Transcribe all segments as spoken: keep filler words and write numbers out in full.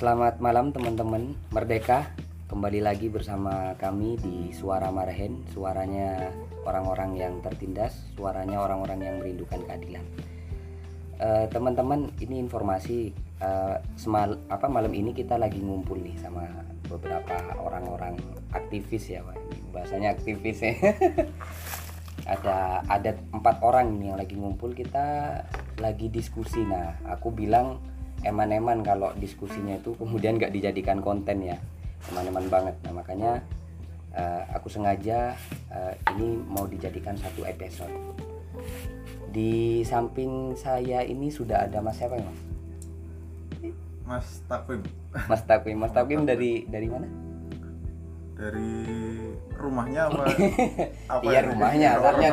Selamat malam teman-teman Merdeka. Kembali lagi bersama kami di Suara Marahen. Suaranya orang-orang yang tertindas, suaranya orang-orang yang merindukan keadilan. uh, Teman-teman, ini informasi uh, semal, apa, malam ini kita lagi ngumpul nih sama beberapa orang-orang aktivis ya, Pak. Bahasanya aktivis ya. ada ada empat orang nih yang lagi ngumpul, kita lagi diskusi. Nah, aku bilang eman-eman kalau diskusinya itu kemudian gak dijadikan konten ya, eman-eman banget. Nah makanya uh, aku sengaja uh, ini mau dijadikan satu episode. Di samping saya ini sudah ada Mas siapa ya Mas? Mas Takwim. Mas Takwim, Mas Takwim dari dari mana? Dari rumahnya apa? apa Iya ya? rumahnya, asalnya.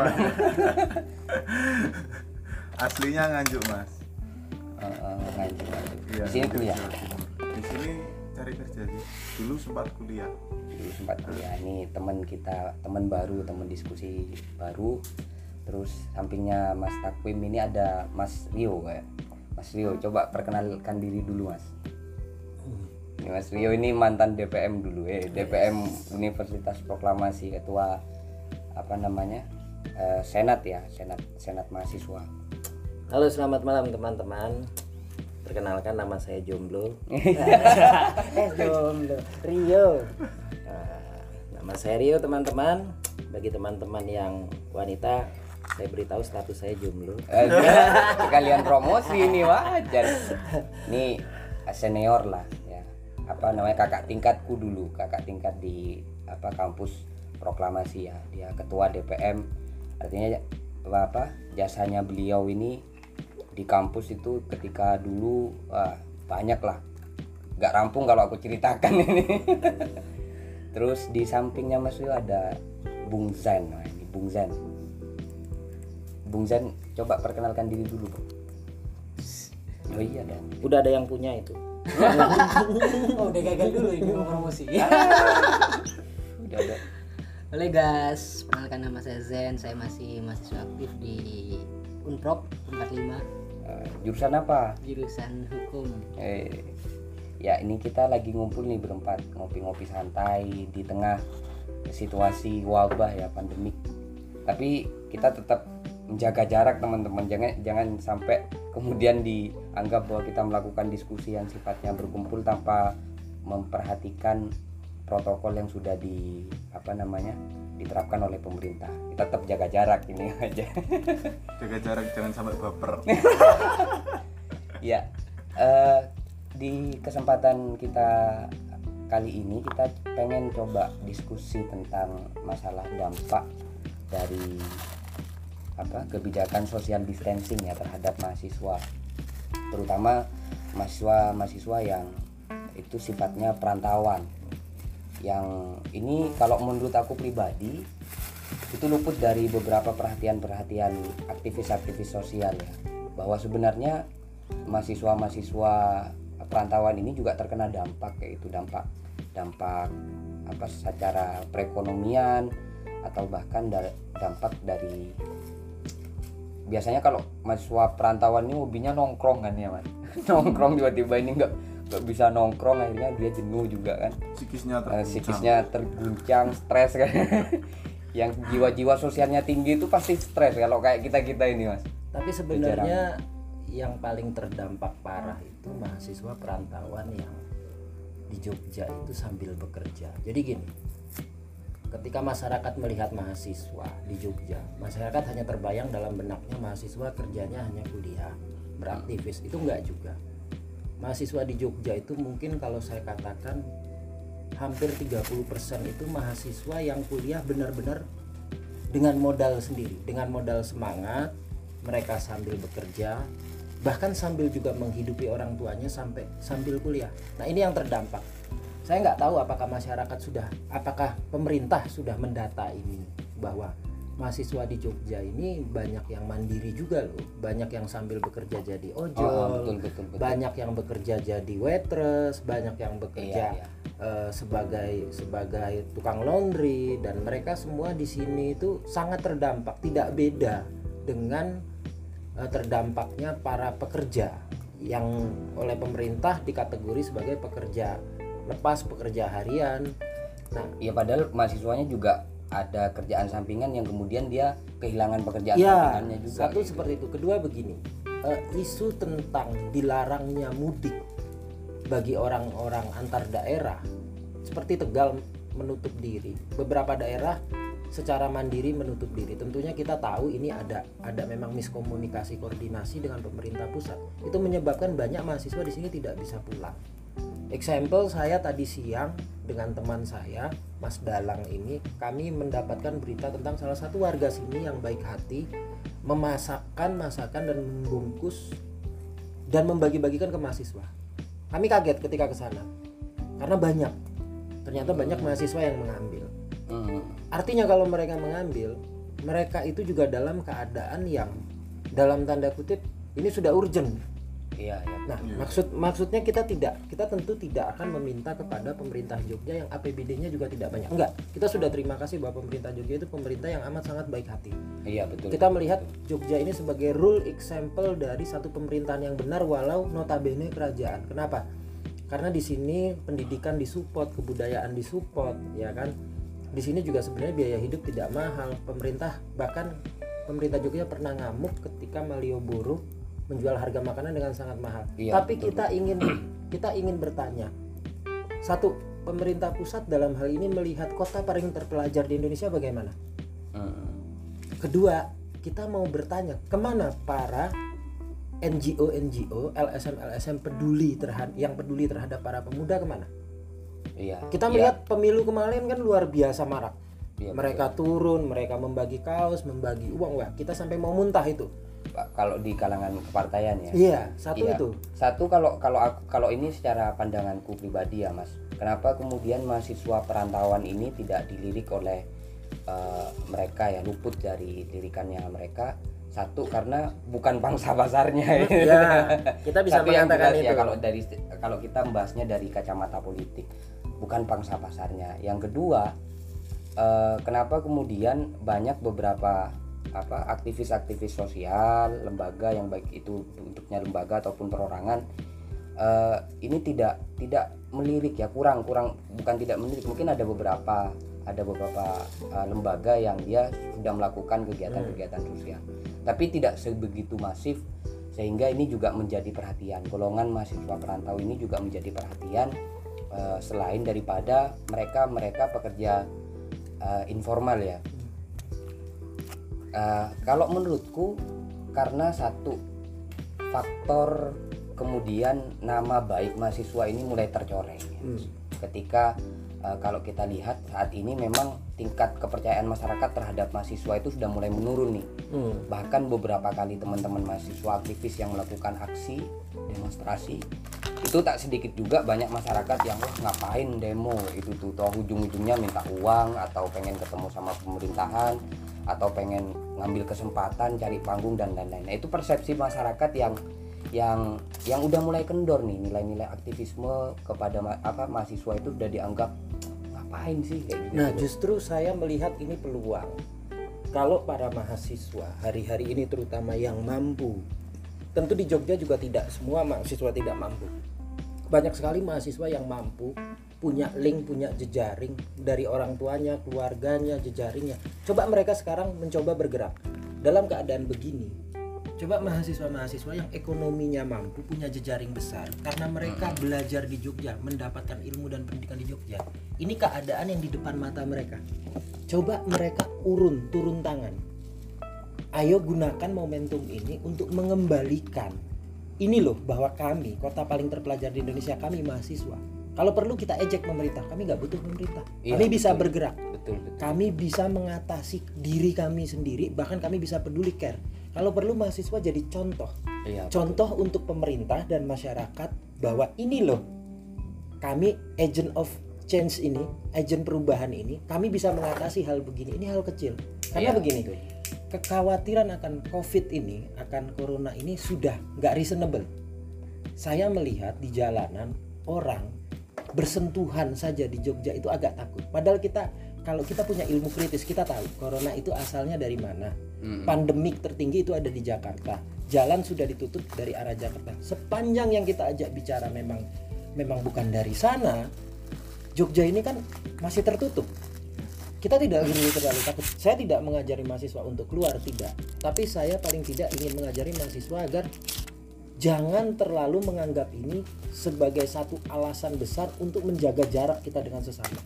Aslinya Nganjuk Mas. Uh, uh, Nganjuk, Nganjuk. Ya, Di sini kuliah. Di sini cari kerja sih. Dulu sempat kuliah. Dulu sempat kuliah. Ini teman kita, teman baru, teman diskusi baru. Terus sampingnya Mas Takwim ini ada Mas Rio kayak. Mas Rio, coba perkenalkan diri dulu Mas. Ini Mas Rio ini mantan D P M dulu eh D P M Universitas Proklamasi, ketua apa namanya? Uh, Senat ya, Senat Senat mahasiswa. Halo, selamat malam teman-teman. Perkenalkan, nama saya Jomblo. eh Jomblo, Rio. Nah, nama saya Rio teman-teman. Bagi teman-teman yang wanita, saya beritahu status saya jomblo. Sekalian promosi ini wajar. Ini senior lah ya. Apa namanya, kakak tingkatku dulu, kakak tingkat di apa kampus Proklamasi ya. Dia ketua D P M. Artinya apa? Jasanya beliau ini di kampus itu ketika dulu wah, banyak lah, nggak rampung kalau aku ceritakan ini. Terus di sampingnya Mas Rio ada Bung Zen. Nah, ini Bung Zen. Bung Zen, coba perkenalkan diri dulu, Bro. Oh iya dong. Udah ada yang punya itu. Oh udah gagal dulu ini mau promosi. Udah ada. Oleh guys, perkenalkan nama saya Zen. Saya masih mahasiswa aktif di Unprop empat puluh lima. Uh, jurusan apa? Jurusan hukum. Eh, ya ini kita lagi ngumpul nih berempat, ngopi-ngopi santai di tengah situasi wabah ya, pandemik. Tapi kita tetap menjaga jarak teman-teman. Jangan jangan sampai kemudian dianggap bahwa kita melakukan diskusi yang sifatnya berkumpul tanpa memperhatikan protokol yang sudah di apa namanya diterapkan oleh pemerintah. Kita tetap jaga jarak ini aja. Jaga jarak, jangan sampai baper. Ya, uh, di kesempatan kita kali ini kita pengen coba diskusi tentang masalah dampak dari apa kebijakan social distancing ya terhadap mahasiswa, terutama mahasiswa-mahasiswa yang itu sifatnya perantauan. Yang ini kalau menurut aku pribadi itu luput dari beberapa perhatian-perhatian aktivis-aktivis sosial ya, bahwa sebenarnya mahasiswa-mahasiswa perantauan ini juga terkena dampak, yaitu dampak dampak apa secara perekonomian atau bahkan da- dampak dari biasanya kalau mahasiswa perantauan ini hobinya nongkrong kan ya Mas. Nongkrong tiba-tiba ini enggak nggak bisa nongkrong, akhirnya dia jenuh juga kan, Psikisnya uh, terguncang. psikisnya terguncang, stres kan. Yang jiwa-jiwa sosialnya tinggi itu pasti stres kalau kayak kita-kita ini Mas. Tapi sebenarnya yang paling terdampak parah itu mahasiswa perantauan yang di Jogja itu sambil bekerja. Jadi gini, ketika masyarakat melihat mahasiswa di Jogja, masyarakat hanya terbayang dalam benaknya mahasiswa kerjanya hanya kuliah, beraktivis. Itu enggak juga. Mahasiswa di Jogja itu mungkin kalau saya katakan hampir tiga puluh persen itu mahasiswa yang kuliah benar-benar dengan modal sendiri, dengan modal semangat, mereka sambil bekerja, bahkan sambil juga menghidupi orang tuanya sampai sambil kuliah. Nah ini yang terdampak. Saya nggak tahu apakah masyarakat sudah, apakah pemerintah sudah mendata ini, bahwa mahasiswa di Jogja ini banyak yang mandiri juga loh, banyak yang sambil bekerja jadi ojol, Oh, betul, betul, betul. banyak yang bekerja jadi waitress, banyak yang bekerja Iya, iya. Uh, sebagai sebagai tukang laundry, dan mereka semua di sini itu sangat terdampak, tidak beda dengan uh, terdampaknya para pekerja yang oleh pemerintah dikategori sebagai pekerja lepas, pekerja harian. Nah, Ya padahal mahasiswanya juga ada kerjaan sampingan yang kemudian dia kehilangan pekerjaan ya, sampingannya juga. satu gitu. seperti itu. Kedua begini, eh, isu tentang dilarangnya mudik bagi orang-orang antar daerah seperti Tegal menutup diri, beberapa daerah secara mandiri menutup diri. Tentunya kita tahu ini ada ada memang miskomunikasi koordinasi dengan pemerintah pusat. Itu menyebabkan banyak mahasiswa di sini tidak bisa pulang. Example, saya tadi siang dengan teman saya, Mas Dalang ini, kami mendapatkan berita tentang salah satu warga sini yang baik hati memasakkan masakan dan membungkus dan membagi-bagikan ke mahasiswa. Kami kaget ketika ke sana karena banyak, ternyata banyak mahasiswa yang mengambil. Hmm. Artinya kalau mereka mengambil, mereka itu juga dalam keadaan yang dalam tanda kutip ini sudah urgent. Iya, ya. Nah, maksud maksudnya kita tidak, kita tentu tidak akan meminta kepada pemerintah Jogja yang A P B D-nya juga tidak banyak. Enggak, kita sudah terima kasih bahwa pemerintah Jogja itu pemerintah yang amat sangat baik hati. Iya, betul. Kita melihat Jogja ini sebagai rule example dari satu pemerintahan yang benar walau notabene kerajaan. Kenapa? Karena di sini pendidikan disupport, kebudayaan disupport, ya kan? Di sini juga sebenarnya biaya hidup tidak mahal. Pemerintah, bahkan pemerintah Jogja pernah ngamuk ketika Malioboro menjual harga makanan dengan sangat mahal. Iya, Tapi betul, kita ingin kita ingin bertanya, satu, pemerintah pusat dalam hal ini melihat kota paling terpelajar di Indonesia bagaimana? Hmm. Kedua, kita mau bertanya kemana para N G O N G O, L S M L S M peduli terhadap yang peduli terhadap para pemuda kemana? Iya. Kita Iya. melihat pemilu kemarin kan luar biasa marak. Iya, Mereka turun, mereka membagi kaos, membagi uang, wah kita sampai mau muntah itu. Pak, kalau di kalangan kepartaian ya. Iya, satu Iya. itu. Satu kalau kalau aku- kalau ini secara pandanganku pribadi ya, Mas. Kenapa kemudian mahasiswa perantauan ini tidak dilirik oleh uh, mereka ya, luput dari lirikannya mereka? Satu karena bukan pangsa pasarnya. Ya, kita bisa Satu yang mengatakan jelas itu. ya, kalau dari kalau kita membahasnya dari kacamata politik, bukan pangsa pasarnya. Yang kedua, uh, kenapa kemudian banyak beberapa apa aktivis-aktivis sosial, lembaga yang baik itu bentuknya lembaga ataupun perorangan uh, ini tidak tidak melirik ya, kurang kurang bukan tidak melirik, mungkin ada beberapa ada beberapa uh, lembaga yang dia sudah melakukan kegiatan-kegiatan sosial, tapi tidak sebegitu masif sehingga ini juga menjadi perhatian. Golongan mahasiswa perantau ini juga menjadi perhatian uh, selain daripada mereka mereka pekerja uh, informal ya. Uh, kalau menurutku karena satu faktor kemudian nama baik mahasiswa ini mulai tercoreng Hmm. ketika uh, kalau kita lihat saat ini memang tingkat kepercayaan masyarakat terhadap mahasiswa itu sudah mulai menurun nih. Hmm. Bahkan beberapa kali teman-teman mahasiswa aktivis yang melakukan aksi demonstrasi itu tak sedikit juga banyak masyarakat yang wah ngapain demo itu tuh, toh ujung-ujungnya minta uang atau pengen ketemu sama pemerintahan atau pengen ngambil kesempatan cari panggung dan lain-lain. Nah, itu persepsi masyarakat yang yang yang udah mulai kendor nih, nilai-nilai aktivisme kepada ma- apa mahasiswa itu udah dianggap ngapain sih kayak gitu. Nah, justru saya melihat ini peluang. Kalau para mahasiswa hari-hari ini terutama yang mampu, tentu di Jogja juga tidak semua mahasiswa tidak mampu. Banyak sekali mahasiswa yang mampu, punya link, punya jejaring dari orang tuanya, keluarganya, jejaringnya. Coba mereka sekarang mencoba bergerak. Dalam keadaan begini, coba mahasiswa-mahasiswa yang ekonominya mampu, punya jejaring besar, karena mereka belajar di Jogja, mendapatkan ilmu dan pendidikan di Jogja. Ini keadaan yang di depan mata mereka. Coba mereka urun, turun tangan. Ayo gunakan momentum ini untuk mengembalikan. Ini loh bahwa kami, kota paling terpelajar di Indonesia, kami mahasiswa. Kalau perlu kita ejek pemerintah, kami nggak butuh pemerintah. Iya, Kami bisa betul. bergerak. Betul, betul. Kami bisa mengatasi diri kami sendiri, bahkan kami bisa peduli care. Kalau perlu mahasiswa jadi contoh. Iya. Contoh untuk pemerintah dan masyarakat bahwa ini loh, kami agent of change ini, agent perubahan ini, kami bisa mengatasi hal begini. Ini hal kecil. Karena Iya, begini, betul. kekhawatiran akan COVID ini, akan corona ini sudah nggak reasonable. Saya melihat di jalanan orang bersentuhan saja di Jogja itu agak takut. Padahal kita, kalau kita punya ilmu kritis, kita tahu corona itu asalnya dari mana. Mm-mm. Pandemik tertinggi itu ada di Jakarta. Jalan sudah ditutup dari arah Jakarta. Sepanjang yang kita ajak bicara memang memang bukan dari sana, Jogja ini kan masih tertutup. Kita tidak perlu terlalu takut. Saya tidak mengajari mahasiswa untuk keluar, tidak. Tapi saya paling tidak ingin mengajari mahasiswa agar jangan terlalu menganggap ini sebagai satu alasan besar untuk menjaga jarak kita dengan sesama.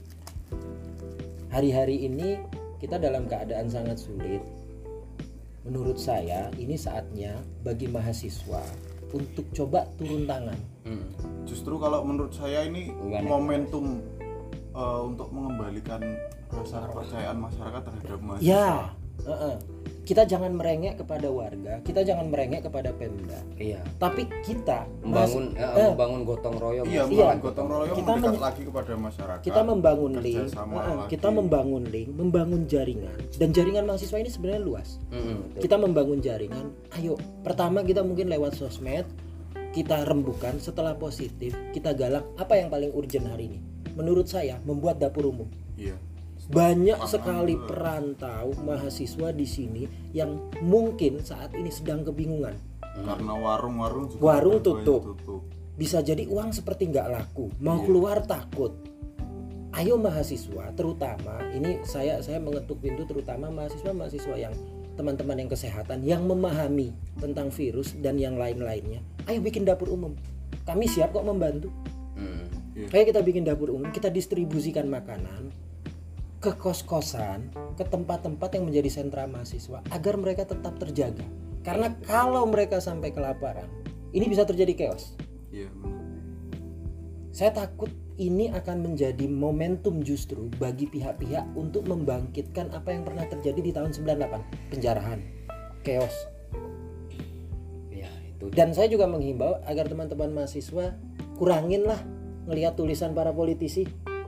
Hari-hari ini kita dalam keadaan sangat sulit. Menurut saya ini saatnya bagi mahasiswa untuk coba turun tangan. Mm. Justru kalau menurut saya ini Gimana? momentum uh, untuk mengembalikan rasa kepercayaan masyarakat terhadap mahasiswa. Ya, uh-uh. Kita jangan merengek kepada warga, kita jangan merengek kepada Pemda. Iya. Tapi kita Membangun mas- eh, eh, membangun gotong royong. Iya, Mas. membangun gotong royong Kita mendekat men- lagi kepada masyarakat. kita membangun link, kerjasama uh-uh. lagi. kita membangun link, membangun jaringan, dan jaringan mahasiswa ini sebenarnya luas. Mm-mm, betul. Kita membangun jaringan. Ayo, pertama kita mungkin lewat sosmed, kita rembukan. Setelah positif, kita galak. Apa yang paling urgent hari ini? Menurut saya, membuat dapur umum. Iya. Banyak Pangan sekali juga. perantau mahasiswa di sini yang mungkin saat ini sedang kebingungan. Karena warung-warung juga Warung udah banyak tutup. tutup. Bisa jadi uang seperti nggak laku, mau Iya. keluar takut. Ayo mahasiswa, terutama ini saya saya mengetuk pintu terutama mahasiswa-mahasiswa yang teman-teman yang kesehatan yang memahami tentang virus dan yang lain-lainnya. Ayo bikin dapur umum. Kami siap kok membantu. Mm. Iya. Ayo kita bikin dapur umum, kita distribusikan makanan ke kos-kosan, ke tempat-tempat yang menjadi sentra mahasiswa agar mereka tetap terjaga. Karena kalau mereka sampai kelaparan, ini bisa terjadi chaos. Iya, benar. Saya takut ini akan menjadi momentum justru bagi pihak-pihak untuk membangkitkan apa yang pernah terjadi di tahun sembilan puluh delapan, penjarahan, chaos. Ya, itu. Dan saya juga menghimbau agar teman-teman mahasiswa kuranginlah ngelihat tulisan para politisi.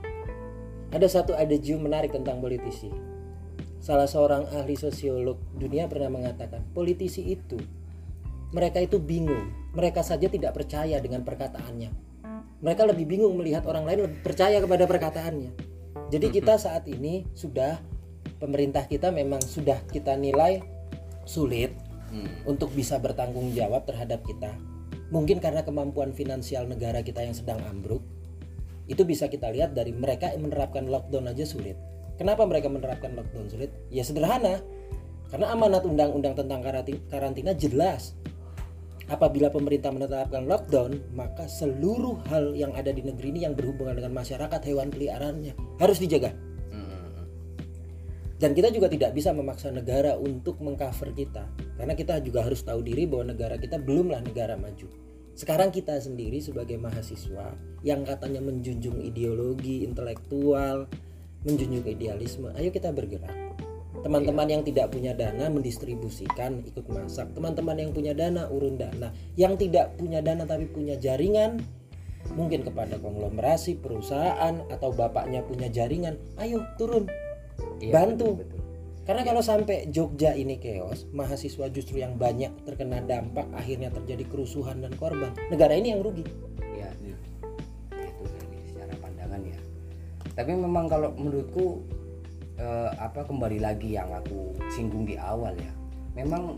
Ada satu adagio menarik tentang politisi. Salah seorang ahli sosiolog dunia pernah mengatakan, politisi itu mereka itu bingung, mereka saja tidak percaya dengan perkataannya. Mereka lebih bingung melihat orang lain lebih percaya kepada perkataannya. Jadi kita saat ini sudah, pemerintah kita memang sudah kita nilai sulit Mm. untuk bisa bertanggung jawab terhadap kita. Mungkin karena kemampuan finansial negara kita yang sedang ambruk. Itu bisa kita lihat dari mereka yang menerapkan lockdown aja sulit. Kenapa mereka menerapkan lockdown sulit? Ya sederhana. Karena amanat undang-undang tentang karantina jelas. Apabila pemerintah menetapkan lockdown, maka seluruh hal yang ada di negeri ini yang berhubungan dengan masyarakat, hewan peliharaannya harus dijaga. Mm. Dan kita juga tidak bisa memaksa negara untuk mengcover kita. Karena kita juga harus tahu diri bahwa negara kita belumlah negara maju. Sekarang kita sendiri sebagai mahasiswa yang katanya menjunjung ideologi intelektual, menjunjung idealisme, ayo kita bergerak. Teman-teman yang tidak punya dana mendistribusikan, ikut masak. Teman-teman yang punya dana urun dana. Yang tidak punya dana tapi punya jaringan, mungkin kepada konglomerasi, perusahaan, atau bapaknya punya jaringan, ayo turun, Iya, bantu. betul, betul. Karena kalau sampai Jogja ini chaos, mahasiswa justru yang banyak terkena dampak, akhirnya terjadi kerusuhan dan korban. Negara ini yang rugi. Ya, Iya. itu dari secara pandangan ya. Tapi memang kalau menurutku eh, apa kembali lagi yang aku singgung di awal ya. Memang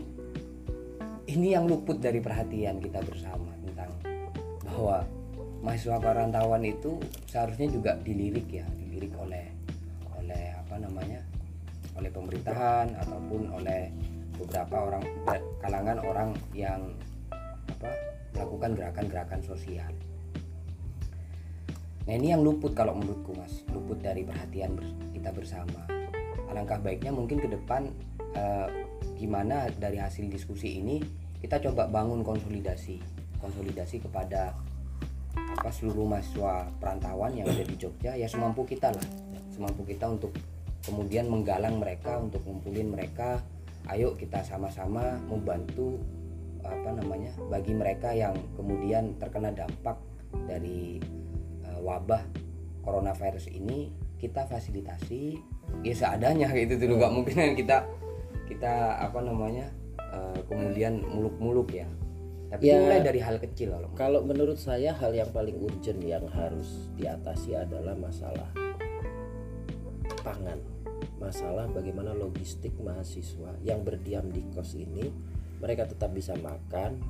ini yang luput dari perhatian kita bersama tentang bahwa mahasiswa perantauan itu seharusnya juga dilirik ya, dilirik oleh oleh apa namanya? oleh pemerintahan ataupun oleh beberapa orang kalangan orang yang apa melakukan gerakan-gerakan sosial. Nah ini yang luput kalau menurutku Mas, luput dari perhatian kita bersama. Alangkah baiknya mungkin ke depan eh, gimana dari hasil diskusi ini kita coba bangun konsolidasi, konsolidasi kepada apa seluruh mahasiswa perantauan yang ada di Jogja ya semampu kita lah, semampu kita untuk kemudian menggalang mereka, untuk ngumpulin mereka. Ayo kita sama-sama membantu apa namanya bagi mereka yang kemudian terkena dampak dari uh, wabah coronavirus ini, kita fasilitasi ya seadanya gitu tuh, nggak mungkin kan kita kita apa namanya uh, kemudian muluk-muluk ya. Tapi Ya, mulai dari hal kecil kalau Kalau menurut saya hal yang paling urgent yang harus diatasi adalah masalah pangan. masalah bagaimana logistik mahasiswa yang berdiam di kos ini mereka tetap bisa makan.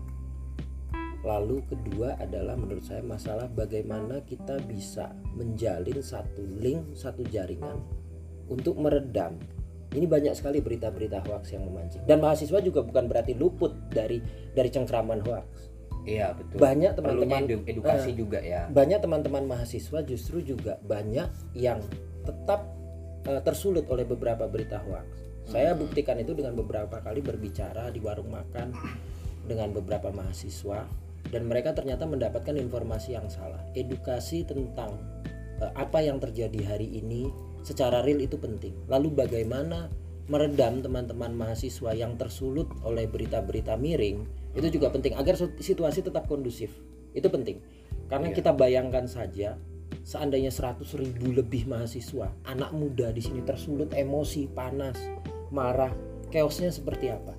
Lalu kedua adalah menurut saya masalah bagaimana kita bisa menjalin satu link, satu jaringan untuk meredam. Ini banyak sekali berita-berita hoax yang memancing. Dan mahasiswa juga bukan berarti luput dari dari cengkraman hoax. Iya betul. Banyak teman-teman Perlunya edu- edukasi eh, juga ya. Banyak teman-teman mahasiswa justru juga banyak yang tetap uh, tersulut oleh beberapa berita hoax. Saya buktikan itu dengan beberapa kali berbicara di warung makan dengan beberapa mahasiswa dan mereka ternyata mendapatkan informasi yang salah. Edukasi tentang uh, apa yang terjadi hari ini secara real itu penting. Lalu bagaimana meredam teman-teman mahasiswa yang tersulut oleh berita-berita miring itu juga penting agar situasi tetap kondusif. Itu penting. Karena Iya. kita bayangkan saja seandainya seratus ribu lebih mahasiswa, anak muda di sini tersulut emosi, panas, marah, chaosnya seperti apa?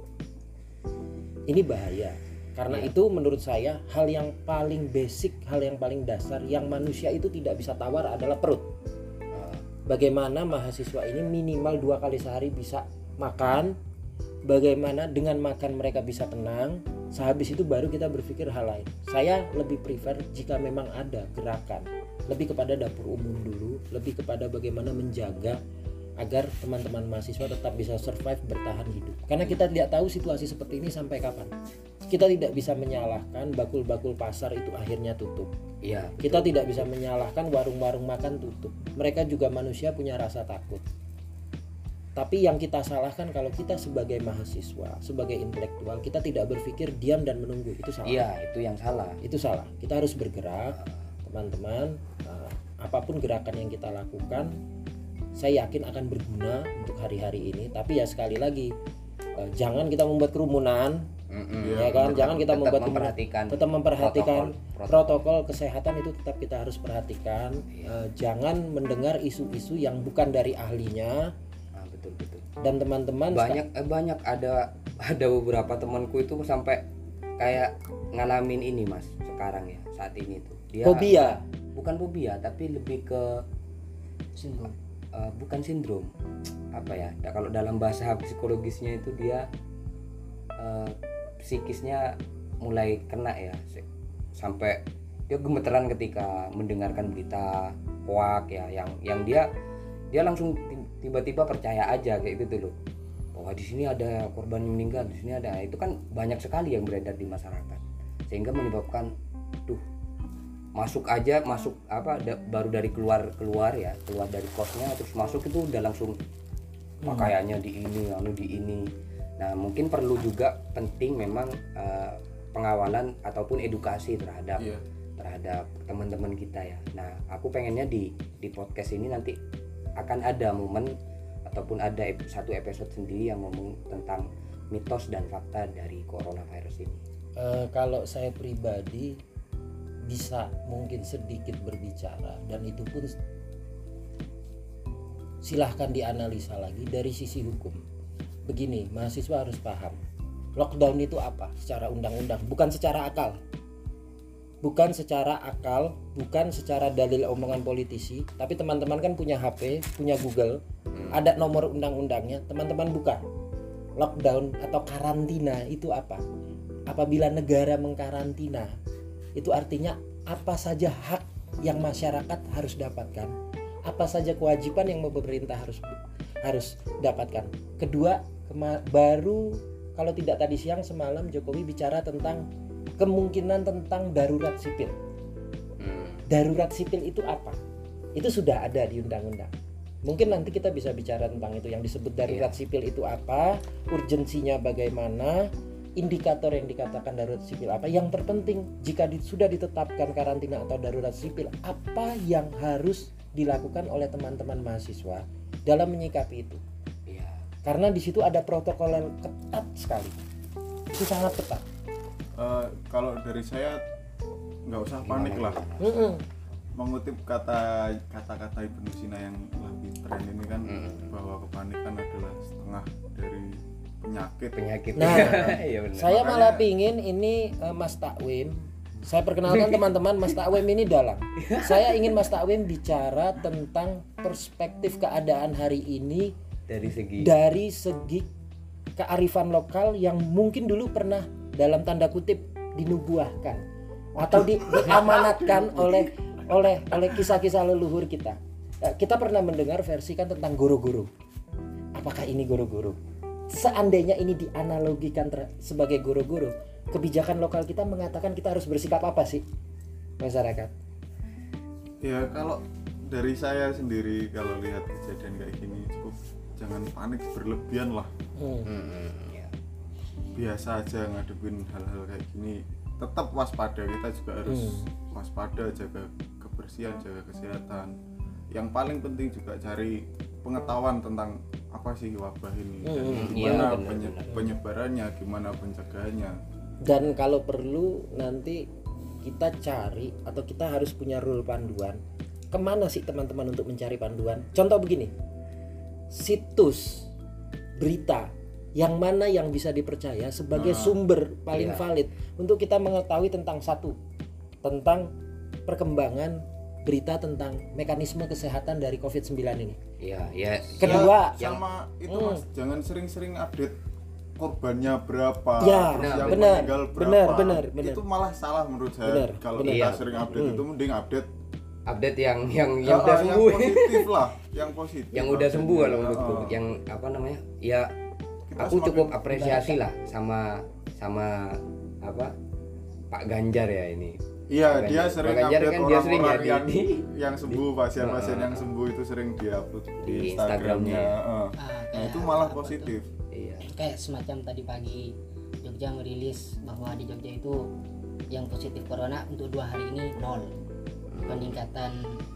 Ini bahaya. Karena Iya. itu menurut saya hal yang paling basic, hal yang paling dasar yang manusia itu tidak bisa tawar adalah perut. Bagaimana mahasiswa ini minimal dua kali sehari bisa makan, bagaimana dengan makan mereka bisa tenang, sehabis itu baru kita berpikir hal lain. Saya lebih prefer jika memang ada gerakan, lebih kepada dapur umum dulu, lebih kepada bagaimana menjaga agar teman-teman mahasiswa tetap bisa survive, bertahan hidup. Karena kita tidak tahu situasi seperti ini sampai kapan. Kita tidak bisa menyalahkan bakul-bakul pasar itu akhirnya tutup. Iya. Kita tidak bisa menyalahkan warung-warung makan tutup. Mereka juga manusia punya rasa takut. Tapi yang kita salahkan kalau kita sebagai mahasiswa, sebagai intelektual, kita tidak berpikir diam dan menunggu. Itu salah. Iya, itu yang salah. Itu salah. Kita harus bergerak, teman-teman. Nah, apapun gerakan yang kita lakukan, saya yakin akan berguna untuk hari-hari ini. Tapi ya sekali lagi, eh, jangan kita membuat kerumunan. Mm-mm. Ya kan, jangan kita Tetap membuat memperhatikan tetap memperhatikan protokol, protokol kesehatan itu tetap kita harus perhatikan. Eh, jangan mendengar isu-isu yang bukan dari ahlinya. Ah, betul betul. Dan teman-teman Banyak eh, banyak ada ada beberapa temanku itu sampai kayak ngalamin ini Mas sekarang ya saat ini tuh. Dia fobia. bukan fobia tapi lebih ke Singgung. eh, bukan sindrom. Apa ya? Da- kalau dalam bahasa psikologisnya itu dia eh, psikisnya mulai kena ya se- sampai dia gemeteran ketika mendengarkan berita hoax ya yang yang dia dia langsung ti- tiba-tiba percaya aja kayak gitu loh bahwa di sini ada korban meninggal, di sini ada. Itu kan banyak sekali yang beredar di masyarakat sehingga menyebabkan tuh masuk aja masuk apa da- baru dari keluar keluar ya keluar dari kosnya terus masuk itu udah langsung pakaiannya di ini lalu di ini. Nah mungkin perlu juga penting memang uh, pengawalan ataupun edukasi terhadap Iya. terhadap teman-teman kita ya. Nah aku pengennya di di podcast ini nanti akan ada momen ataupun ada ep- satu episode sendiri yang ngomong tentang mitos dan fakta dari coronavirus ini. Eh, kalau saya pribadi bisa mungkin sedikit berbicara dan itu pun silahkan dianalisa lagi dari sisi hukum. Begini, mahasiswa harus paham lockdown itu apa secara undang-undang, bukan secara akal. Bukan secara akal, bukan secara dalil omongan politisi, tapi teman-teman kan punya H P, punya Google, ada nomor undang-undangnya, teman-teman buka. Lockdown atau karantina itu apa? Apabila negara mengkarantina, itu artinya apa saja hak yang masyarakat harus dapatkan, apa saja kewajiban yang pemerintah harus harus dapatkan. Kedua, kema- baru kalau tidak tadi siang semalam Jokowi bicara tentang kemungkinan tentang darurat sipil. Darurat sipil itu apa? Itu sudah ada di undang-undang. Mungkin nanti kita bisa bicara tentang itu yang disebut darurat Iya. sipil itu apa, urgensinya bagaimana, indikator yang dikatakan darurat sipil apa. Yang terpenting jika di, sudah ditetapkan karantina atau darurat sipil, apa yang harus dilakukan oleh teman-teman mahasiswa dalam menyikapi itu. Iya. Karena di situ ada protokol yang ketat sekali. Itu sangat ketat. Eh, kalau dari saya nggak usah panik lah. Mm-mm. Mengutip kata kata-kata Ibnu Sina yang lagi tren ini kan, Mm. bahwa kepanikan adalah setengah dari penyakit. Penyakit. Nah, Iya benar. Saya Makanya- malah pingin ini eh, Mas Takwim Saya perkenalkan teman-teman, Mas Takwim ini dalang. Saya ingin Mas Takwim bicara tentang perspektif keadaan hari ini dari segi dari segi kearifan lokal yang mungkin dulu pernah dalam tanda kutip dinubuahkan atau di, diamanatkan oleh oleh oleh kisah-kisah leluhur kita. Kita pernah mendengar versi kan tentang guru-guru. Apakah ini guru-guru? Seandainya ini dianalogikan ter- sebagai guru-guru, kebijakan lokal kita mengatakan kita harus bersikap apa sih masyarakat? Ya kalau dari saya sendiri kalau lihat kejadian kayak gini cukup jangan panik berlebihan lah. Hmm. Hmm, ya. Biasa aja ngadepin hal-hal kayak gini. Tetap waspada, kita juga harus Hmm. waspada, jaga kebersihan, jaga kesehatan. Yang paling penting juga cari pengetahuan tentang apa sih wabah ini, dan Hmm, gimana iya, benar, penye- benar. penyebarannya, gimana pencegahannya. Dan kalau perlu nanti kita cari atau kita harus punya rule panduan. Kemana sih teman-teman untuk mencari panduan? Contoh begini, situs berita yang mana yang bisa dipercaya sebagai Nah, sumber paling iya. valid untuk kita mengetahui tentang satu, tentang perkembangan berita tentang mekanisme kesehatan dari covid sembilan ini. Iya, ya. Kedua, Ya, sama itu Hmm. Mas, jangan sering-sering update korbannya berapa, Ya, terus yang benar, meninggal berapa. benar, benar, benar. Itu malah salah menurut saya. Benar, Kalau benar. kita Iya. sering update Hmm. itu mending update update yang yang Ya, yang udah yang sembuh. positif lah, yang positif. Yang udah sembuh kalau Ya, menurutku. uh, Yang apa namanya? Ya kita aku semakin cukup apresiasi lah sama sama apa Pak Ganjar ya ini. Iya, Pak dia Ganjar. sering Pak Ganjar update kan dia sering orang-orang ya yang di- yang sembuh, pasien-pasien Uh, yang sembuh itu sering diupload di, di Instagramnya. Instagramnya. Uh. Ah, Nah, kayak itu malah apa tuh? positif. Iya. Kayak semacam tadi pagi Jogja merilis bahwa di Jogja itu yang positif corona untuk dua hari ini nol. Peningkatan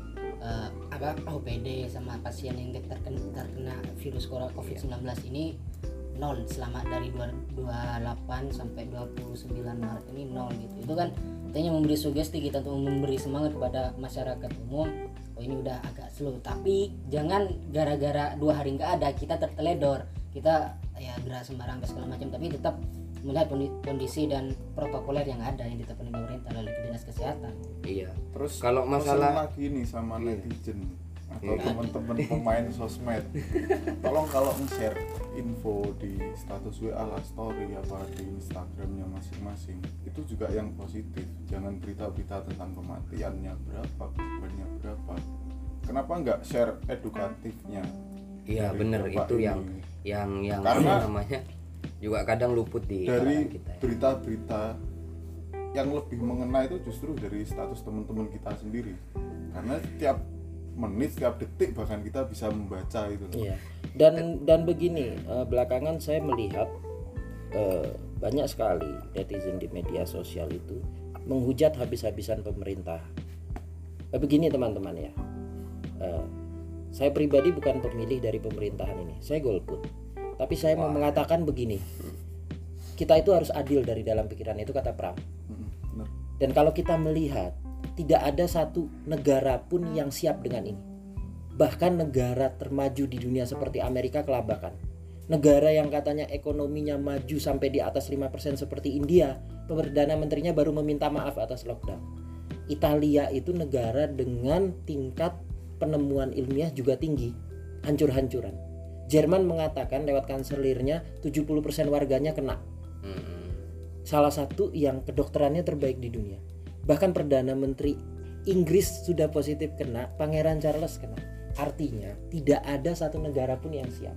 eh, apa O P D sama pasien yang terkena, terkena virus covid sembilan belas ini nol selama dari dua puluh delapan sampai dua puluh sembilan Maret ini nol gitu. Itu kan artinya memberi sugesti kita untuk memberi semangat kepada masyarakat umum. Oh ini udah agak slow, tapi jangan gara-gara dua hari nggak ada kita terteledor, kita ya gerak sembarang segala macam, tapi tetap melihat kondisi dan protokoler yang ada yang ditetapkan oleh pemerintah oleh dinas kesehatan. Iya. Terus Kalau pesan masalah lagi nih sama Iya. netizen atau Iya. teman-teman pemain sosmed, tolong kalau nge-share info di status W A lah, story apa di Instagramnya masing-masing itu juga yang positif. Jangan berita-berita tentang kematiannya berapa, korbannya berapa. Kenapa nggak share edukatifnya? Iya dari bener Bapak itu ini? yang yang yang Karena apa namanya juga kadang luput di Dari kalangan kita ya. berita-berita yang lebih mengena itu justru dari status teman-teman kita sendiri, karena tiap menit, tiap detik bahkan kita bisa membaca itu. Iya. Dan dan begini, eh, belakangan saya melihat eh, banyak sekali netizen di media sosial itu menghujat habis-habisan pemerintah. Eh, begini teman-teman ya, eh, saya pribadi bukan pemilih dari pemerintahan ini, saya golput. Tapi saya mau Wah. mengatakan begini, kita itu harus adil dari dalam pikiran, itu kata Pram. Mm, bener. Dan kalau kita melihat tidak ada satu negara pun yang siap dengan ini. Bahkan negara termaju di dunia seperti Amerika kelabakan. Negara yang katanya ekonominya maju sampai di atas lima persen seperti India, Perdana Menterinya baru meminta maaf atas lockdown. Italia itu negara dengan tingkat penemuan ilmiah juga tinggi, hancur-hancuran. Jerman mengatakan lewat kanselirnya tujuh puluh persen warganya kena. Mm-mm. Salah satu yang kedokterannya terbaik di dunia. Bahkan Perdana Menteri Inggris sudah positif kena, Pangeran Charles kena. Artinya tidak ada satu negara pun yang siap.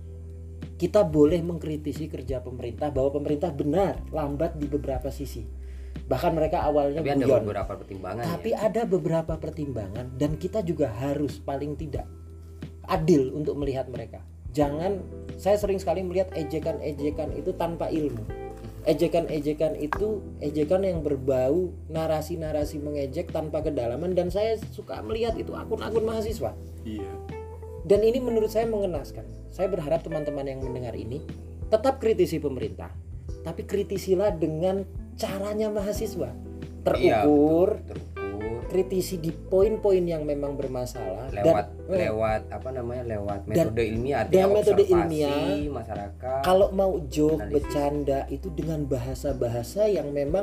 Kita boleh mengkritisi kerja pemerintah bahwa pemerintah benar lambat di beberapa sisi. Bahkan mereka awalnya Tapi ada guyon. beberapa pertimbangan Tapi ya. ada beberapa pertimbangan dan kita juga harus paling tidak adil untuk melihat mereka. Jangan, saya sering sekali melihat ejekan-ejekan itu tanpa ilmu. Ejekan-ejekan itu ejekan yang berbau narasi-narasi mengejek tanpa kedalaman, dan saya suka melihat itu akun-akun mahasiswa. Iya. Dan ini menurut saya mengenaskan. Saya berharap teman-teman yang mendengar ini tetap kritisi pemerintah, tapi kritisilah dengan caranya mahasiswa. Terukur, Iya, terukur kritisi di poin-poin yang memang bermasalah lewat dan eh, lewat apa namanya lewat Dan- metode ilmiah, dan artinya metode observasi ilmiah, masyarakat. kalau mau joke, Analisis. bercanda itu dengan bahasa-bahasa yang memang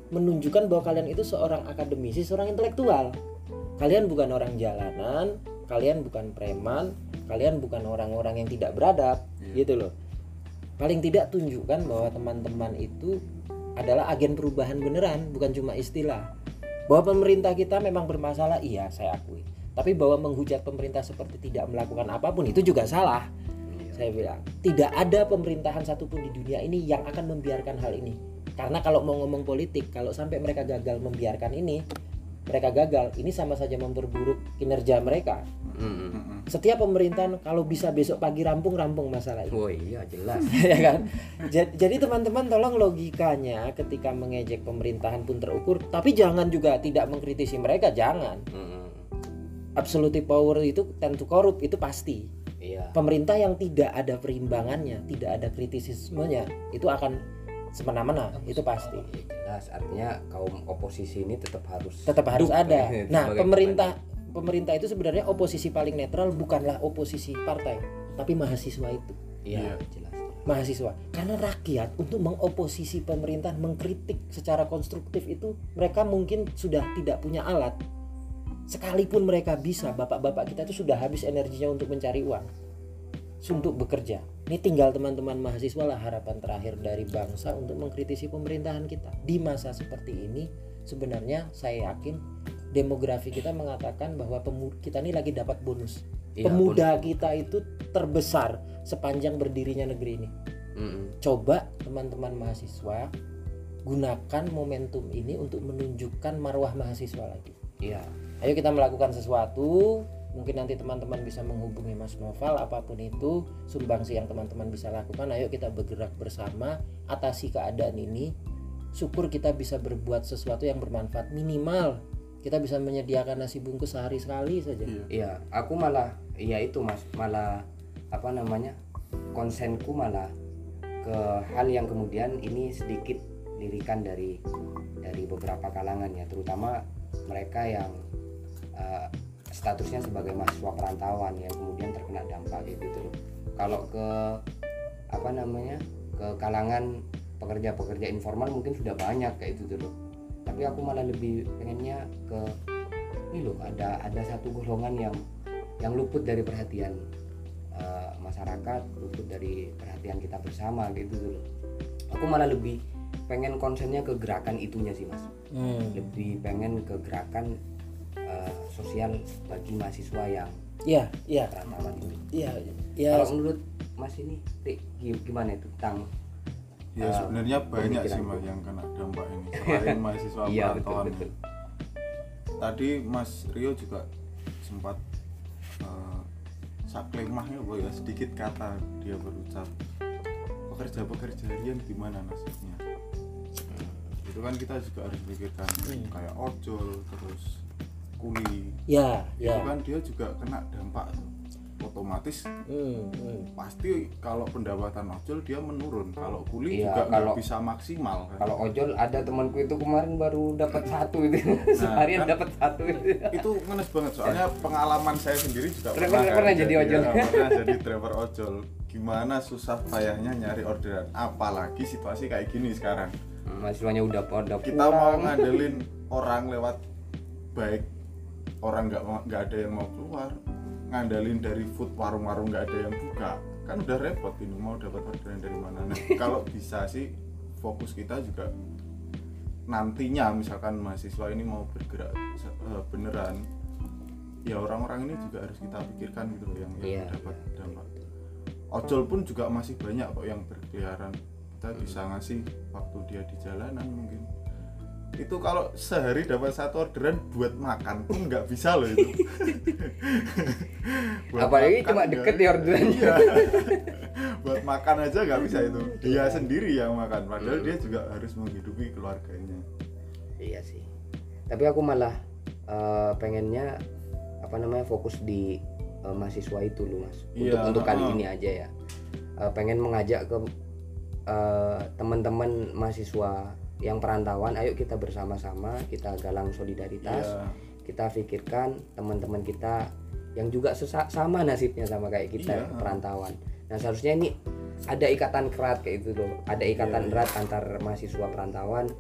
menunjukkan bahwa kalian itu seorang akademisi, seorang intelektual. Kalian bukan orang jalanan, kalian bukan preman, kalian bukan orang-orang yang tidak beradab, Iya. gitu loh. Paling tidak tunjukkan bahwa teman-teman itu adalah agen perubahan beneran, bukan cuma istilah. Bahwa pemerintah kita memang bermasalah, iya saya akui. Tapi bahwa menghujat pemerintah seperti tidak melakukan apapun itu juga salah. Saya bilang, tidak ada pemerintahan satupun di dunia ini yang akan membiarkan hal ini. Karena kalau mau ngomong politik, kalau sampai mereka gagal membiarkan ini, mereka gagal, ini sama saja memperburuk kinerja mereka. Mm-mm. Setiap pemerintahan kalau bisa besok pagi rampung-rampung masalah ini. Oh iya jelas. Ya kan? Ja- Jadi teman-teman tolong logikanya ketika mengejek pemerintahan pun terukur, tapi jangan juga tidak mengkritisi mereka, jangan. Mm-mm. Absolute power itu tend to corrupt, itu pasti. Iya. Pemerintah yang tidak ada perimbangannya, tidak ada kritisismenya, itu akan semena-mena, itu pasti. Iya, jelas. Artinya kaum oposisi ini tetap harus Tetap harus hidup, ada. ya, Nah, sebagai pemerintah pemerintah itu sebenarnya oposisi paling netral, bukanlah oposisi partai, tapi mahasiswa itu. Iya, Iya. jelas. Mahasiswa. Karena rakyat untuk mengoposisi pemerintah, mengkritik secara konstruktif itu mereka mungkin sudah tidak punya alat. Sekalipun mereka bisa, bapak-bapak kita itu sudah habis energinya untuk mencari uang, untuk bekerja. Ini tinggal teman-teman mahasiswa lah harapan terakhir dari bangsa untuk mengkritisi pemerintahan kita. Di masa seperti ini sebenarnya saya yakin demografi kita mengatakan bahwa pemu- kita ini lagi dapat bonus. Iya, Pemuda kita itu terbesar sepanjang berdirinya negeri ini. Mm-mm. Coba teman-teman mahasiswa gunakan momentum ini untuk menunjukkan marwah mahasiswa lagi. Iya. Ayo kita melakukan sesuatu. Mungkin nanti teman-teman bisa menghubungi Mas Noval, apapun itu sumbangsi yang teman-teman bisa lakukan. Ayo kita bergerak bersama, atasi keadaan ini. Syukur kita bisa berbuat sesuatu yang bermanfaat. Minimal kita bisa menyediakan nasi bungkus sehari sekali saja. Iya. Iya, aku malah iya itu Mas, malah apa namanya? Konsenku malah ke hal yang kemudian ini sedikit lirikan dari dari beberapa kalangan ya, terutama mereka yang uh, statusnya sebagai mahasiswa perantauan ya, kemudian terkena dampak gitu loh. Kalau ke apa namanya? Ke kalangan pekerja-pekerja informal mungkin sudah banyak kayak itu loh. Tapi aku malah lebih pengennya ke ini loh, ada ada satu golongan yang yang luput dari perhatian uh, masyarakat, luput dari perhatian kita bersama gitu loh. Aku malah lebih pengen konsennya ke gerakan itunya sih Mas. Hmm. Lebih pengen ke gerakan uh, sosial bagi mahasiswa yang Iya, iya, perantauan itu. iya, iya. Kalau menurut Mas ini, Rik, gimana itu tentang Ya uh, sebenarnya banyak sih pemikiran Mas itu? yang kena dampak ini selain mahasiswa Iya, perantauan. betul, betul. Tadi Mas Rio juga sempat uh, saklemahnya apa ya, sedikit kata dia berucap pekerja-pekerja harian gimana nasibnya. Itu kan kita juga harus pikirkan kayak ojol terus kuli. Ya, Itu ya. kan dia juga kena dampak otomatis. Hmm, hmm. Pasti kalau pendapatan ojol dia menurun, kalau kuli Iya, juga nggak kalau- bisa maksimal kan. Kalau ojol ada temanku itu kemarin baru dapat satu itu. Seharian kan- dapat satu itu. Itu ngenes banget soalnya pengalaman saya sendiri juga Pernah- pernah, kan, pernah jadi ojol. ya, pernah jadi driver ojol. Gimana susah payahnya nyari orderan, apalagi situasi kayak gini sekarang. Mahasiswanya udah pada Kita mau pulang. ngandelin orang lewat baik orang nggak mau- nggak ada yang mau keluar, ngandalin dari food warung-warung nggak ada yang buka, kan udah repot ini mau dapat orderan dari mana. Nah, kalau bisa sih fokus kita juga nantinya misalkan mahasiswa ini mau bergerak uh, beneran, ya orang-orang ini juga harus kita pikirkan gitu loh, yang, yang Iya, dapat iya. dampak. Ojol pun juga masih banyak kok yang berkeliaran, kita bisa ngasih waktu dia di jalanan mungkin. Itu kalau sehari dapat satu orderan buat makan pun nggak bisa loh itu. Buat Apalagi makan cuma nggak- deket di orderannya. Iya. Buat makan aja nggak bisa itu, dia sendiri yang makan padahal Hmm. dia juga harus menghidupi keluarganya. Iya sih. Tapi aku malah eh, pengennya apa namanya fokus di eh, mahasiswa itu loh Mas. Untuk Iya, untuk kali uh-uh. ini aja ya. Eh, pengen mengajak ke eh, teman-teman mahasiswa yang perantauan, ayo kita bersama-sama kita galang solidaritas. Iya. Kita pikirkan teman-teman kita yang juga sesa- sama nasibnya sama kayak kita Iya. perantauan. Nah seharusnya ini ada ikatan erat kayak itu loh, ada ikatan Iya, iya. erat antar mahasiswa perantauan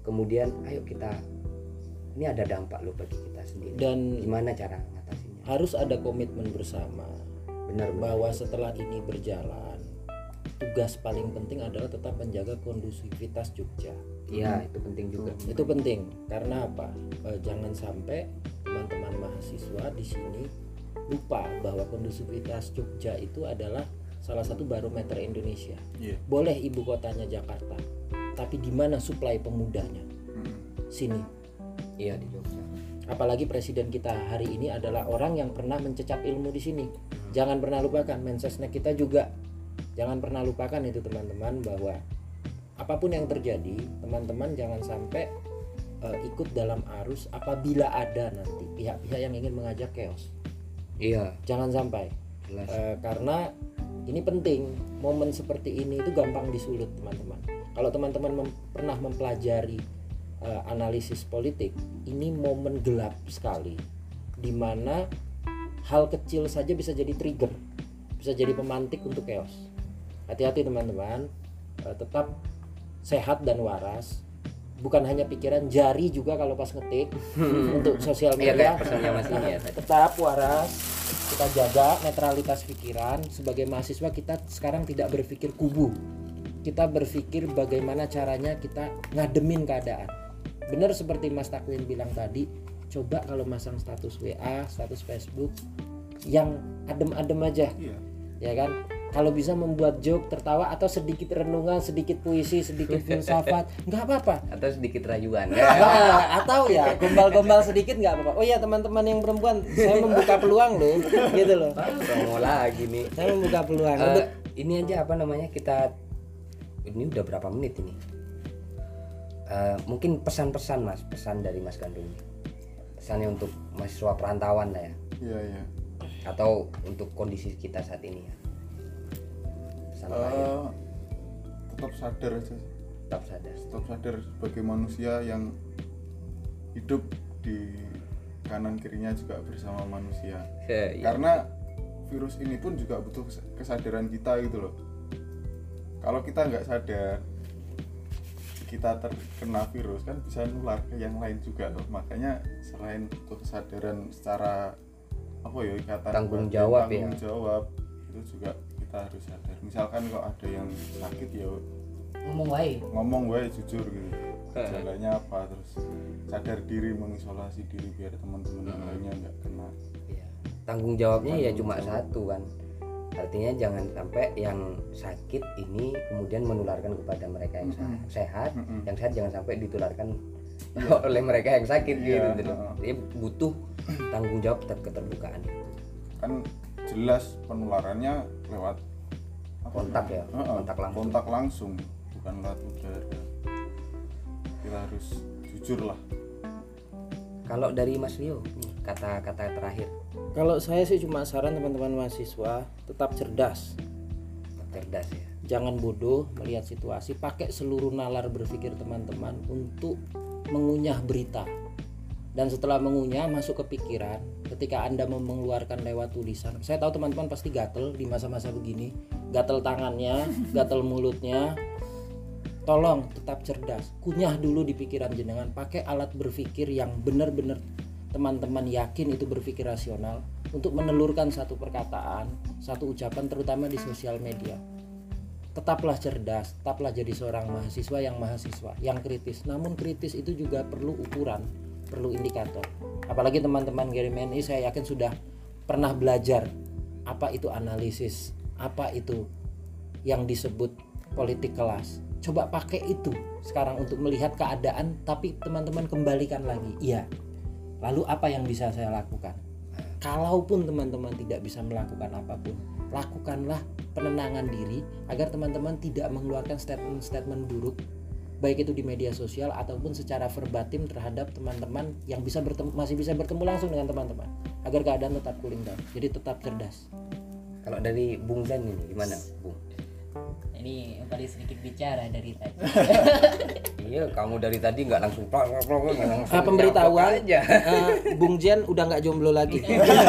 kemudian ayo kita, ini ada dampak loh bagi kita sendiri. Dan gimana cara mengatasinya? harus ada komitmen bersama. Benar bahwa setelah ini berjalan, tugas paling penting adalah tetap menjaga kondusivitas Jogja. Iya, itu penting juga. Itu penting karena apa? E, jangan sampai teman-teman mahasiswa di sini lupa bahwa kondusivitas Jogja itu adalah salah satu barometer Indonesia. Iya. Boleh ibu kotanya Jakarta, tapi di mana suplai pemudanya? Mm. Sini. Iya, di Jogja. Apalagi presiden kita hari ini adalah orang yang pernah mencecap ilmu di sini. Jangan pernah lupakan, Mensesnek kita juga jangan pernah lupakan itu teman-teman, bahwa apapun yang terjadi, teman-teman jangan sampai uh, ikut dalam arus apabila ada nanti pihak-pihak yang ingin mengajak chaos. Iya, Jangan sampai. jelas. Uh, karena ini penting, momen seperti ini itu gampang disulut teman-teman. Kalau teman-teman mem- pernah mempelajari uh, analisis politik, ini momen gelap sekali, di mana hal kecil saja bisa jadi trigger, bisa jadi pemantik untuk chaos. Hati-hati teman-teman, uh, tetap sehat dan waras. Bukan hanya pikiran, jari juga kalau pas ngetik untuk sosial Iya, media. kayak pesannya Mas ini ya tadi. Tetap waras, kita jaga netralitas pikiran. Sebagai mahasiswa kita sekarang tidak berpikir kubu, kita berpikir bagaimana caranya kita ngademin keadaan. Benar seperti Mas Takwin bilang tadi, coba kalau masang status W A, status Facebook yang adem-adem aja, Iya. ya kan? Kalau bisa membuat joke, tertawa, atau sedikit renungan, sedikit puisi, sedikit filsafat, nggak apa-apa. Atau sedikit rayuan. Nah, atau ya gombal-gombal sedikit nggak apa-apa. Oh ya teman-teman yang perempuan, saya membuka peluang loh, gitu loh. Promo lagi nih. Saya membuka peluang. Eh, Untuk ini aja apa namanya, kita ini udah berapa menit ini? Eh, mungkin pesan-pesan Mas, pesan dari Mas Gandung. Pesannya untuk mahasiswa perantauan lah ya, Iya, iya. atau untuk kondisi kita saat ini ya. Pesan terakhir. Eh, tetap sadar aja sih. Tetap sadar. Tetap sadar sebagai manusia yang hidup di kanan kirinya juga bersama manusia. Eh, iya. Karena virus ini pun juga butuh kes- kesadaran kita gitu loh. Kalau kita nggak sadar kita terkena virus kan bisa nular ke yang lain juga loh. Makanya selain butuh kesadaran secara apa ya, ikatan Tanggung batin, jawab tanggung ya. jawab itu juga kita harus sadar. Misalkan kalau ada yang sakit ya ngomong wae. ngomong gue jujur gitu, gejalanya apa, terus sadar diri, mengisolasi diri biar teman-teman yang lainnya nggak kena. Iya. Tanggung jawabnya ya Tanggung cuma jawab. satu kan. Artinya jangan sampai yang sakit ini kemudian menularkan kepada mereka yang Mm-mm. sehat, Mm-mm. yang sehat jangan sampai ditularkan oleh mereka yang sakit Iya, gitu. heeh. Jadi butuh tanggung jawab dan keterbukaan itu. Kan jelas penularannya lewat apa Kontak namanya? ya, Heeh, kontak langsung. kontak langsung, bukan lewat udara. Kita harus jujur lah. Kalau dari Mas Leo, nih, kata-kata terakhir, kalau saya sih cuma saran teman-teman mahasiswa tetap cerdas, cerdas ya. jangan bodoh melihat situasi, pakai seluruh nalar berpikir teman-teman untuk mengunyah berita. Dan setelah mengunyah masuk ke pikiran, ketika Anda mau mengeluarkan lewat tulisan, saya tahu teman-teman pasti gatel di masa-masa begini, gatel tangannya, gatel mulutnya. Tolong tetap cerdas, kunyah dulu di pikiran jenengan, pakai alat berpikir yang benar-benar teman-teman yakin itu berpikir rasional untuk menelurkan satu perkataan, satu ucapan, terutama di sosial media. Tetaplah cerdas, tetaplah jadi seorang mahasiswa yang mahasiswa, yang kritis. Namun kritis itu juga perlu ukuran, perlu indikator. Apalagi teman-teman Gary Meni, saya yakin sudah pernah belajar apa itu analisis, apa itu yang disebut politik kelas. Coba pakai itu sekarang untuk melihat keadaan, tapi teman-teman kembalikan lagi. Iya. Lalu apa yang bisa saya lakukan? Kalaupun teman-teman tidak bisa melakukan apapun, lakukanlah penenangan diri agar teman-teman tidak mengeluarkan statement-statement buruk, baik itu di media sosial ataupun secara verbatim terhadap teman-teman yang bisa bertemu, masih bisa bertemu langsung dengan teman-teman, agar keadaan tetap cooling down. Jadi tetap cerdas. Kalau dari Bung Zen ini gimana, Bung? Ini yang paling sedikit bicara dari tadi. Iya, kamu dari tadi nggak langsung plak plak plak, nggak langsung Ah, pemberitahuan jawab aja. uh, Bung Jen udah nggak jomblo lagi.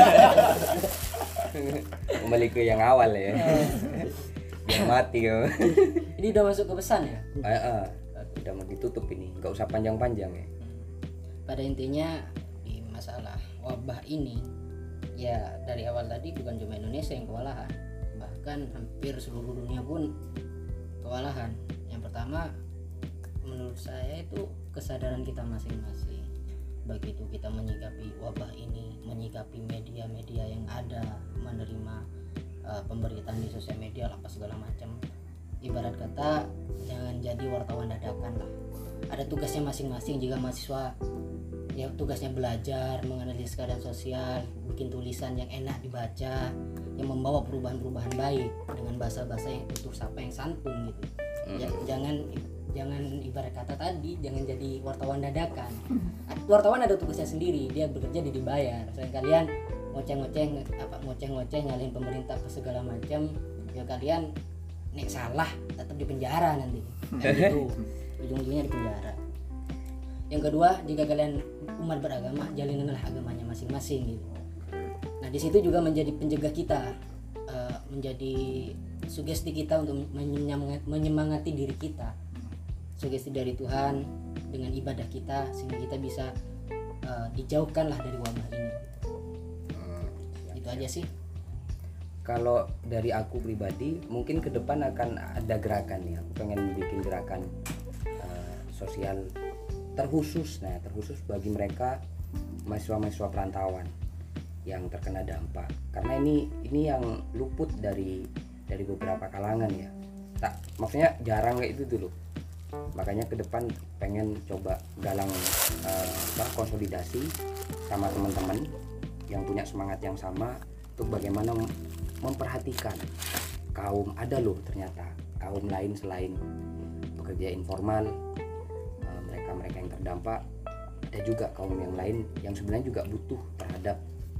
Kembali ke yang awal ya. Biar mati ya. Ini udah masuk ke pesan ya? Heeh. udah mau ditutup ini, nggak usah panjang-panjang ya. Pada intinya di masalah wabah ini ya dari awal tadi bukan cuma Indonesia yang kewalahan, bahkan hampir seluruh dunia pun kewalahan. Yang pertama menurut saya itu kesadaran kita masing-masing, baik itu kita menyikapi wabah ini, menyikapi media-media yang ada, menerima uh, pemberitaan di sosial media apa segala macam. Ibarat kata jangan jadi wartawan dadakan lah, ada tugasnya masing-masing. Jika mahasiswa ya tugasnya belajar, menganalisis keadaan sosial, bikin tulisan yang enak dibaca, yang membawa perubahan-perubahan baik dengan bahasa-bahasa yang tutur sapa yang santun gitu. Ya, jangan jangan ibarat kata tadi, jangan jadi wartawan dadakan. Wartawan ada tugasnya sendiri, dia bekerja dia dibayar. Selain kalian ngoceh-ngoceh apa ngoceh-ngoceh nyalin pemerintah ke segala macam, ya kalian nek salah tetap di penjara nanti. Nah, gitu. Ujung-ujungnya di penjara. Yang kedua, jika kalian umat beragama, jalinlah agamanya masing-masing gitu. Nah, di situ juga menjadi penjaga kita, uh, menjadi sugesti kita untuk menyemangati, menyemangati diri kita. Sugesti dari Tuhan dengan ibadah kita sehingga kita bisa uh, dijauhkanlah dari wabah ini. Hmm, itu aja sih. Kalau dari aku pribadi, mungkin ke depan akan ada gerakan ya. Aku pengen bikin gerakan uh, sosial terkhusus, nah terkhusus bagi mereka mahasiswa-mahasiswa perantauan yang terkena dampak. Karena ini ini yang luput dari dari beberapa kalangan ya. Tak, maksudnya jarang kayak itu dulu. Makanya ke depan pengen coba galang uh, apa, konsolidasi sama teman-teman yang punya semangat yang sama untuk bagaimana memperhatikan kaum, ada loh ternyata kaum lain selain pekerja informal, uh, mereka-mereka yang terdampak, ada juga kaum yang lain yang sebenarnya juga butuh terhadap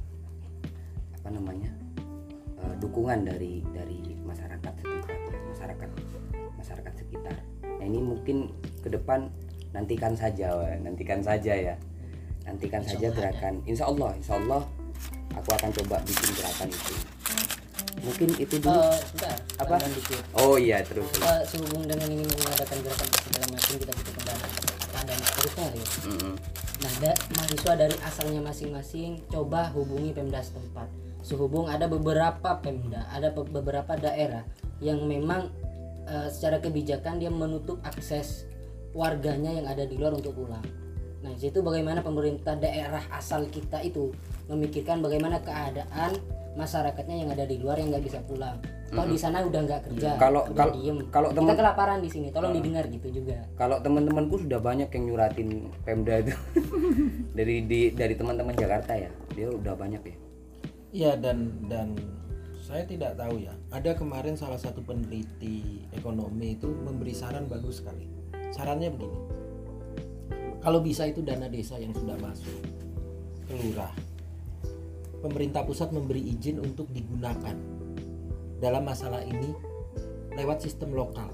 apa namanya uh, dukungan dari dari masyarakat setempat, masyarakat masyarakat sekitar. Nah ini mungkin ke depan nantikan saja, wah. nantikan saja ya, nantikan Insya saja Allah gerakan. Insya Allah, Insya Allah aku akan coba bikin gerakan itu. Mungkin itu dulu. Uh, sebentar, Apa? tambahan dikit. Oh iya terus. Uh, sehubung dengan ini mengadakan gerakan segala macam, kita butuh pendanaan apa dan seterusnya ya. Mm-hmm. Nah, ada mahasiswa dari asalnya masing-masing coba hubungi Pemda setempat. Sehubung ada beberapa Pemda, ada be- beberapa daerah yang memang uh, secara kebijakan dia menutup akses warganya yang ada di luar untuk pulang. Nah, di situ bagaimana pemerintah daerah asal kita itu memikirkan bagaimana keadaan masyarakatnya yang ada di luar yang nggak bisa pulang. Kalau mm-hmm. di sana udah nggak kerja, Kalau- udah kalau- diem, kalau kita teman- kelaparan di sini. Tolong Uh. didengar gitu juga. Kalau teman-temanku sudah banyak yang nyuratin Pemda itu dari di, dari teman-teman Jakarta ya, dia udah banyak ya. Iya, dan dan saya tidak tahu ya. Ada kemarin salah satu peneliti ekonomi itu memberi saran bagus sekali. Sarannya begini. Kalau bisa itu dana desa yang sudah masuk ke lurah, pemerintah pusat memberi izin untuk digunakan dalam masalah ini lewat sistem lokal.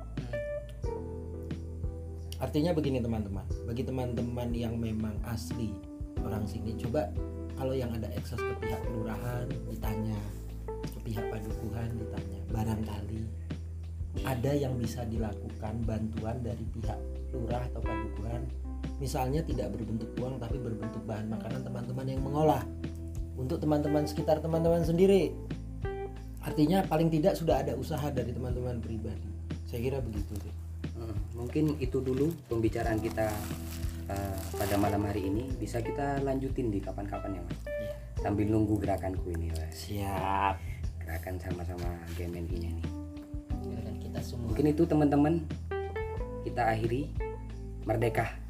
Artinya begini teman-teman, bagi teman-teman yang memang asli orang sini, coba kalau yang ada akses ke pihak kelurahan ditanya, ke pihak padukuhan ditanya, barangkali ada yang bisa dilakukan bantuan dari pihak lurah atau padukuhan, misalnya tidak berbentuk uang tapi berbentuk bahan makanan teman-teman yang mengolah untuk teman-teman sekitar teman-teman sendiri. Artinya paling tidak sudah ada usaha dari teman-teman pribadi. Saya kira begitu sih. Hmm, mungkin itu dulu pembicaraan kita uh, pada malam hari ini. Bisa kita lanjutin di kapan-kapan ya Mas, Ya. sambil nunggu gerakanku ini Mas. Siap. Gerakan sama-sama Gemen ini nih. Gerakan kita semua. Mungkin itu teman-teman, kita akhiri. Merdeka.